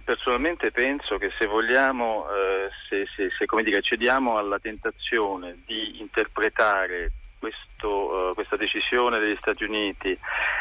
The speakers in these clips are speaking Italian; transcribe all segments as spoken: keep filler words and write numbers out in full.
personalmente penso che se vogliamo, eh, se, se, se come dire, cediamo alla tentazione di interpretare questo, uh, questa decisione degli Stati Uniti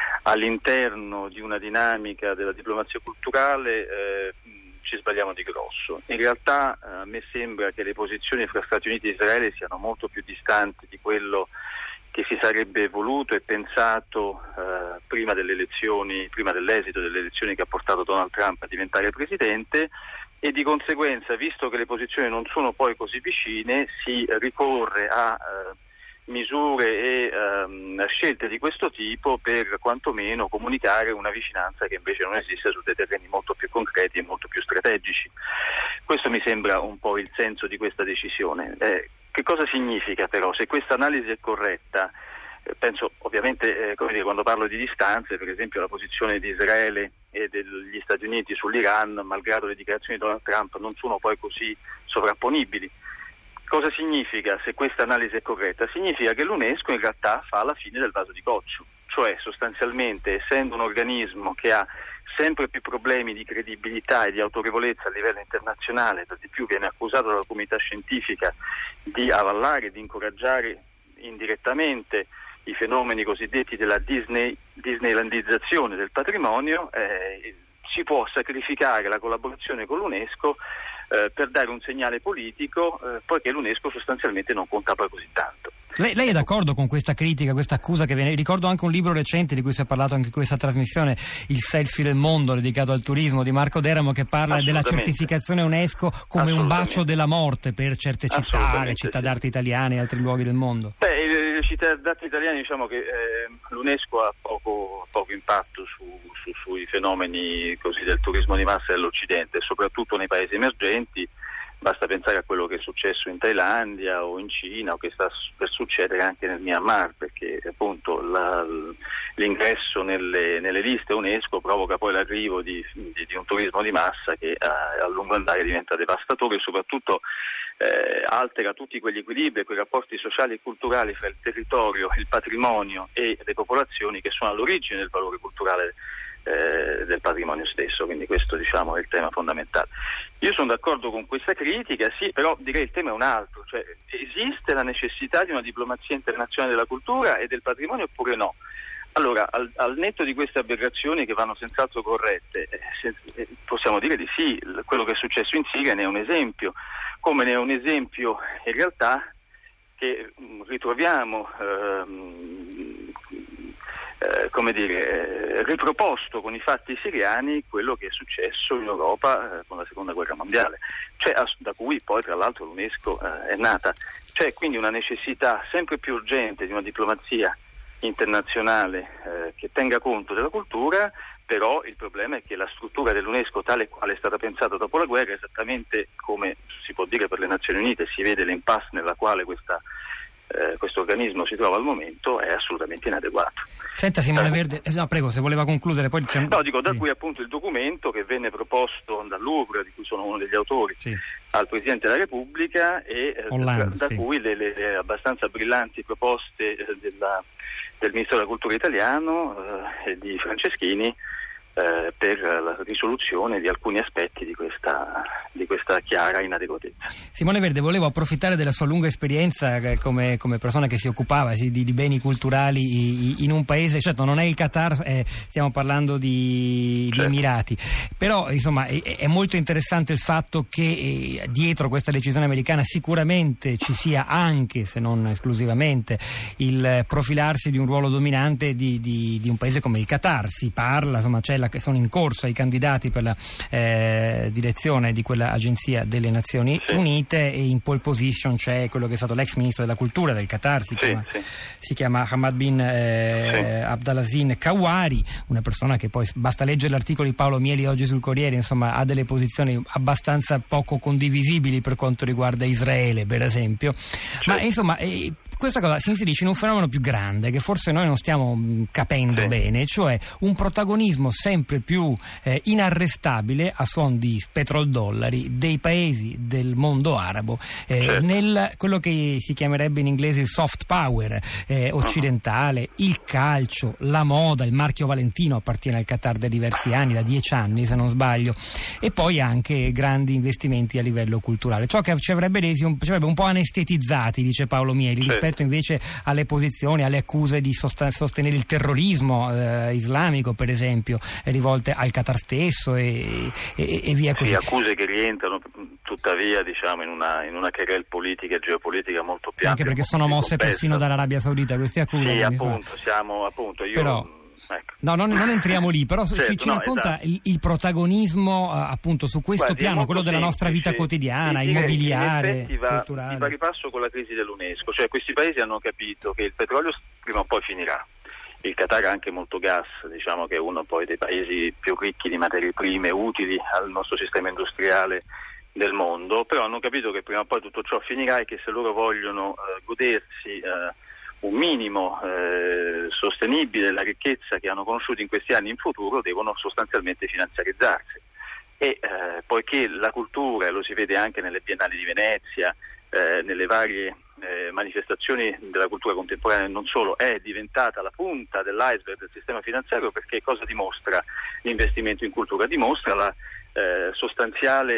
all'interno di una dinamica della diplomazia culturale, eh, ci sbagliamo di grosso. In realtà eh, a me sembra che le posizioni fra Stati Uniti e Israele siano molto più distanti di quello che si sarebbe voluto e pensato eh, prima delle elezioni, prima dell'esito delle elezioni che ha portato Donald Trump a diventare presidente, e di conseguenza, visto che le posizioni non sono poi così vicine, si ricorre a eh, misure e ehm, scelte di questo tipo per quantomeno comunicare una vicinanza che invece non esiste su dei terreni molto più concreti e molto più strategici. Questo mi sembra un po' il senso di questa decisione. Eh, che cosa significa però? Se questa analisi è corretta, eh, penso ovviamente, eh, come dire, quando parlo di distanze, per esempio la posizione di Israele e degli Stati Uniti sull'Iran, malgrado le dichiarazioni di Donald Trump, non sono poi così sovrapponibili. Cosa significa se questa analisi è corretta? Significa che l'UNESCO in realtà fa la fine del vaso di coccio, cioè sostanzialmente, essendo un organismo che ha sempre più problemi di credibilità e di autorevolezza a livello internazionale, per di più viene accusato dalla comunità scientifica di avallare e di incoraggiare indirettamente i fenomeni cosiddetti della Disney, disneylandizzazione del patrimonio, eh, si può sacrificare la collaborazione con l'UNESCO eh, per dare un segnale politico, eh, poiché l'UNESCO sostanzialmente non conta poi così tanto. Lei, lei è d'accordo con questa critica, questa accusa che viene? Ricordo anche un libro recente di cui si è parlato anche in questa trasmissione, Il selfie del mondo, dedicato al turismo, di Marco Deramo, che parla della certificazione UNESCO come un bacio della morte per certe città, le città sì. d'arte italiane e altri luoghi del mondo. Beh, le, le città d'arte italiane, diciamo che eh, l'UNESCO ha poco, poco impatto su, su, sui fenomeni così del turismo di massa dell'Occidente, soprattutto nei paesi emergenti. Basta pensare a quello che è successo in Thailandia o in Cina, o che sta per succedere anche nel Myanmar, perché appunto la, l'ingresso nelle, nelle liste UNESCO provoca poi l'arrivo di, di, di un turismo di massa che a, a lungo andare diventa devastatore e soprattutto eh, altera tutti quegli equilibri, quei rapporti sociali e culturali fra il territorio, il patrimonio e le popolazioni che sono all'origine del valore culturale Eh, del patrimonio stesso, quindi questo diciamo è il tema fondamentale. Io sono d'accordo con questa critica, sì, però direi il tema è un altro, cioè esiste la necessità di una diplomazia internazionale della cultura e del patrimonio oppure no? Allora, al, al netto di queste aberrazioni che vanno senz'altro corrette, eh, se, eh, possiamo dire di sì, quello che è successo in Siria ne è un esempio, come ne è un esempio in realtà che mh, ritroviamo ehm, Eh, come dire, eh, riproposto con i fatti siriani quello che è successo in Europa eh, con la seconda guerra mondiale, cioè, as- da cui poi tra l'altro l'UNESCO eh, è nata. C'è quindi una necessità sempre più urgente di una diplomazia internazionale eh, che tenga conto della cultura, però il problema è che la struttura dell'UNESCO tale e quale è stata pensata dopo la guerra, esattamente come si può dire per le Nazioni Unite, si vede l'impasse nella quale questa Eh, questo organismo si trova al momento, è assolutamente inadeguato. Senta Simone Verde, eh, no, prego, se voleva concludere poi c'è... No, dico, da sì. cui appunto il documento che venne proposto dal Louvre, di cui sono uno degli autori, sì, al Presidente della Repubblica, e eh, Hollande, da, da sì. cui le, le, le abbastanza brillanti proposte eh, della, del Ministro della Cultura italiano eh, e di Franceschini Eh, per la risoluzione di alcuni aspetti di questa, di questa chiara inadeguatezza. Simone Verde, volevo approfittare della sua lunga esperienza eh, come, come persona che si occupava sì, di, di beni culturali in un paese, certo non è il Qatar, eh, stiamo parlando di, certo. di Emirati, però insomma è, è molto interessante il fatto che eh, dietro questa decisione americana sicuramente ci sia anche, se non esclusivamente, il profilarsi di un ruolo dominante di, di, di un paese come il Qatar. Si parla, insomma c'è che sono in corso i candidati per la eh, direzione di quella agenzia delle Nazioni sì. Unite, e in pole position c'è quello che è stato l'ex ministro della cultura del Qatar, si, sì, chiama, sì. si chiama Hamad bin eh, sì. Abdelaziz Kawari, una persona che poi basta leggere l'articolo di Paolo Mieli oggi sul Corriere, insomma ha delle posizioni abbastanza poco condivisibili per quanto riguarda Israele per esempio, sì. ma insomma eh, questa cosa si inserisce in un fenomeno più grande che forse noi non stiamo capendo sì. bene, cioè un protagonismo sempre più eh, inarrestabile a suon di petrodollari dei paesi del mondo arabo eh, certo. nel quello che si chiamerebbe in inglese il soft power eh, occidentale, uh-huh. il calcio, la moda, il marchio Valentino appartiene al Qatar da diversi anni, da dieci anni se non sbaglio, e poi anche grandi investimenti a livello culturale, ciò che ci avrebbe resi un, ci avrebbe un po' anestetizzati, dice Paolo Mieli, certo. rispetto invece alle posizioni, alle accuse di sostenere il terrorismo eh, islamico per esempio, rivolte al Qatar stesso e, e, e via così. Sì, accuse che rientrano tuttavia diciamo in una, in una querela politica e geopolitica molto più sì, anche perché sono mosse complessa. Perfino dall'Arabia Saudita queste accuse. Sì, appunto, siamo appunto io però... Ecco. No, non, non entriamo lì, però certo, ci, ci no, racconta esatto. il, il protagonismo uh, appunto su questo Guardi, piano, quello della nostra vita quotidiana, immobiliare, va culturale. Di pari passo con la crisi dell'UNESCO, cioè questi paesi hanno capito che il petrolio prima o poi finirà. Il Qatar ha anche molto gas, diciamo che è uno poi dei paesi più ricchi di materie prime utili al nostro sistema industriale del mondo, però hanno capito che prima o poi tutto ciò finirà e che se loro vogliono uh, godersi uh, un minimo eh, sostenibile della ricchezza che hanno conosciuto in questi anni in futuro, devono sostanzialmente finanziarizzarsi. E eh, poiché la cultura, lo si vede anche nelle Biennali di Venezia, eh, nelle varie eh, manifestazioni della cultura contemporanea e non solo, è diventata la punta dell'iceberg del sistema finanziario, perché cosa dimostra l'investimento in cultura? Dimostra la Eh, sostanziale,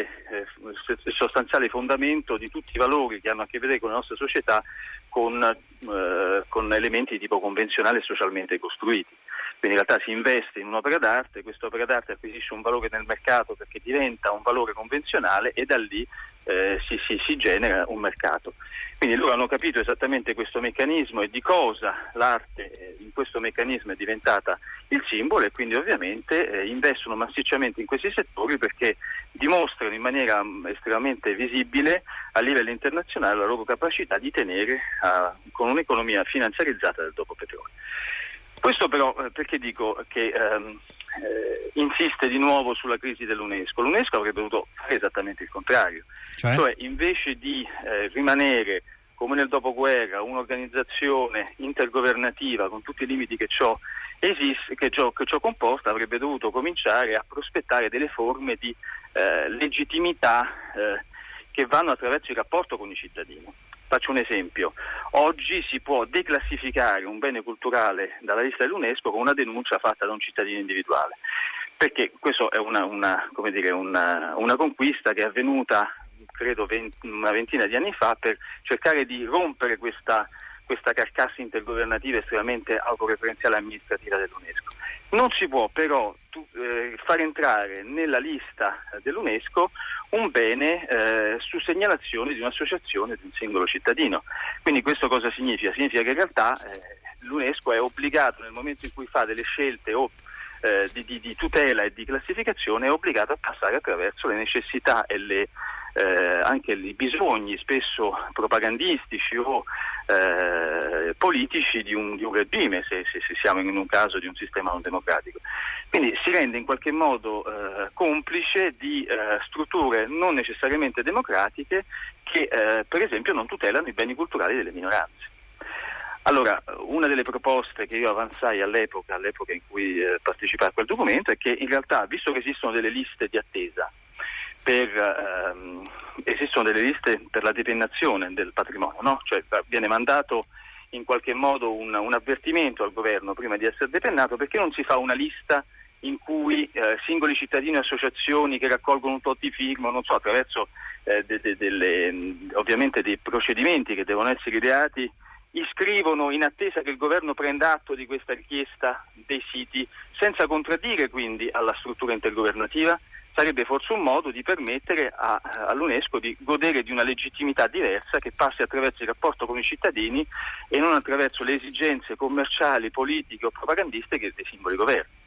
eh, sostanziale fondamento di tutti i valori che hanno a che vedere con la nostra società con, eh, con elementi di tipo convenzionale e socialmente costruiti. Quindi in realtà si investe in un'opera d'arte, questa opera d'arte acquisisce un valore nel mercato perché diventa un valore convenzionale e da lì eh, si, si, si genera un mercato. Quindi loro hanno capito esattamente questo meccanismo e di cosa l'arte eh, in questo meccanismo è diventata il simbolo, e quindi ovviamente eh, investono massicciamente in questi settori perché dimostrano in maniera mh, estremamente visibile a livello internazionale la loro capacità di tenere uh, con un'economia finanziarizzata del dopo petrolio. Questo però eh, perché dico che ehm, eh, insiste di nuovo sulla crisi dell'UNESCO. L'UNESCO avrebbe dovuto fare esattamente il contrario, cioè, cioè invece di eh, rimanere come nel dopoguerra un'organizzazione intergovernativa con tutti i limiti che ciò esiste, che ciò, che ciò comporta, avrebbe dovuto cominciare a prospettare delle forme di eh, legittimità eh, che vanno attraverso il rapporto con i cittadini. Faccio un esempio: oggi si può declassificare un bene culturale dalla lista dell'UNESCO con una denuncia fatta da un cittadino individuale, perché questo è una, una, come dire, una, una conquista che è avvenuta credo venti, una ventina di anni fa per cercare di rompere questa, questa carcassa intergovernativa estremamente autoreferenziale e amministrativa dell'UNESCO. Non si può però tu, eh, far entrare nella lista dell'UNESCO un bene eh, su segnalazione di un'associazione, di un singolo cittadino. Quindi questo cosa significa? Significa che in realtà eh, l'UNESCO è obbligato, nel momento in cui fa delle scelte o eh, di, di, di tutela e di classificazione, è obbligato a passare attraverso le necessità e le Eh, anche i bisogni spesso propagandistici o eh, politici di un, di un regime, se, se, se siamo in un caso di un sistema non democratico. Quindi si rende in qualche modo eh, complice di eh, strutture non necessariamente democratiche che eh, per esempio non tutelano i beni culturali delle minoranze. Allora, una delle proposte che io avanzai all'epoca, all'epoca in cui eh, partecipai a quel documento, è che in realtà, visto che esistono delle liste di attesa, Per, ehm, esistono delle liste per la depennazione del patrimonio, no? Cioè viene mandato in qualche modo un, un avvertimento al governo prima di essere depennato, perché non si fa una lista in cui eh, singoli cittadini e associazioni che raccolgono un tot di firme, non so, attraverso eh, de, de, delle, ovviamente dei procedimenti che devono essere ideati, iscrivono in attesa che il governo prenda atto di questa richiesta dei siti, senza contraddire quindi alla struttura intergovernativa. Sarebbe forse un modo di permettere a, all'UNESCO di godere di una legittimità diversa che passi attraverso il rapporto con i cittadini e non attraverso le esigenze commerciali, politiche o propagandistiche dei singoli governi.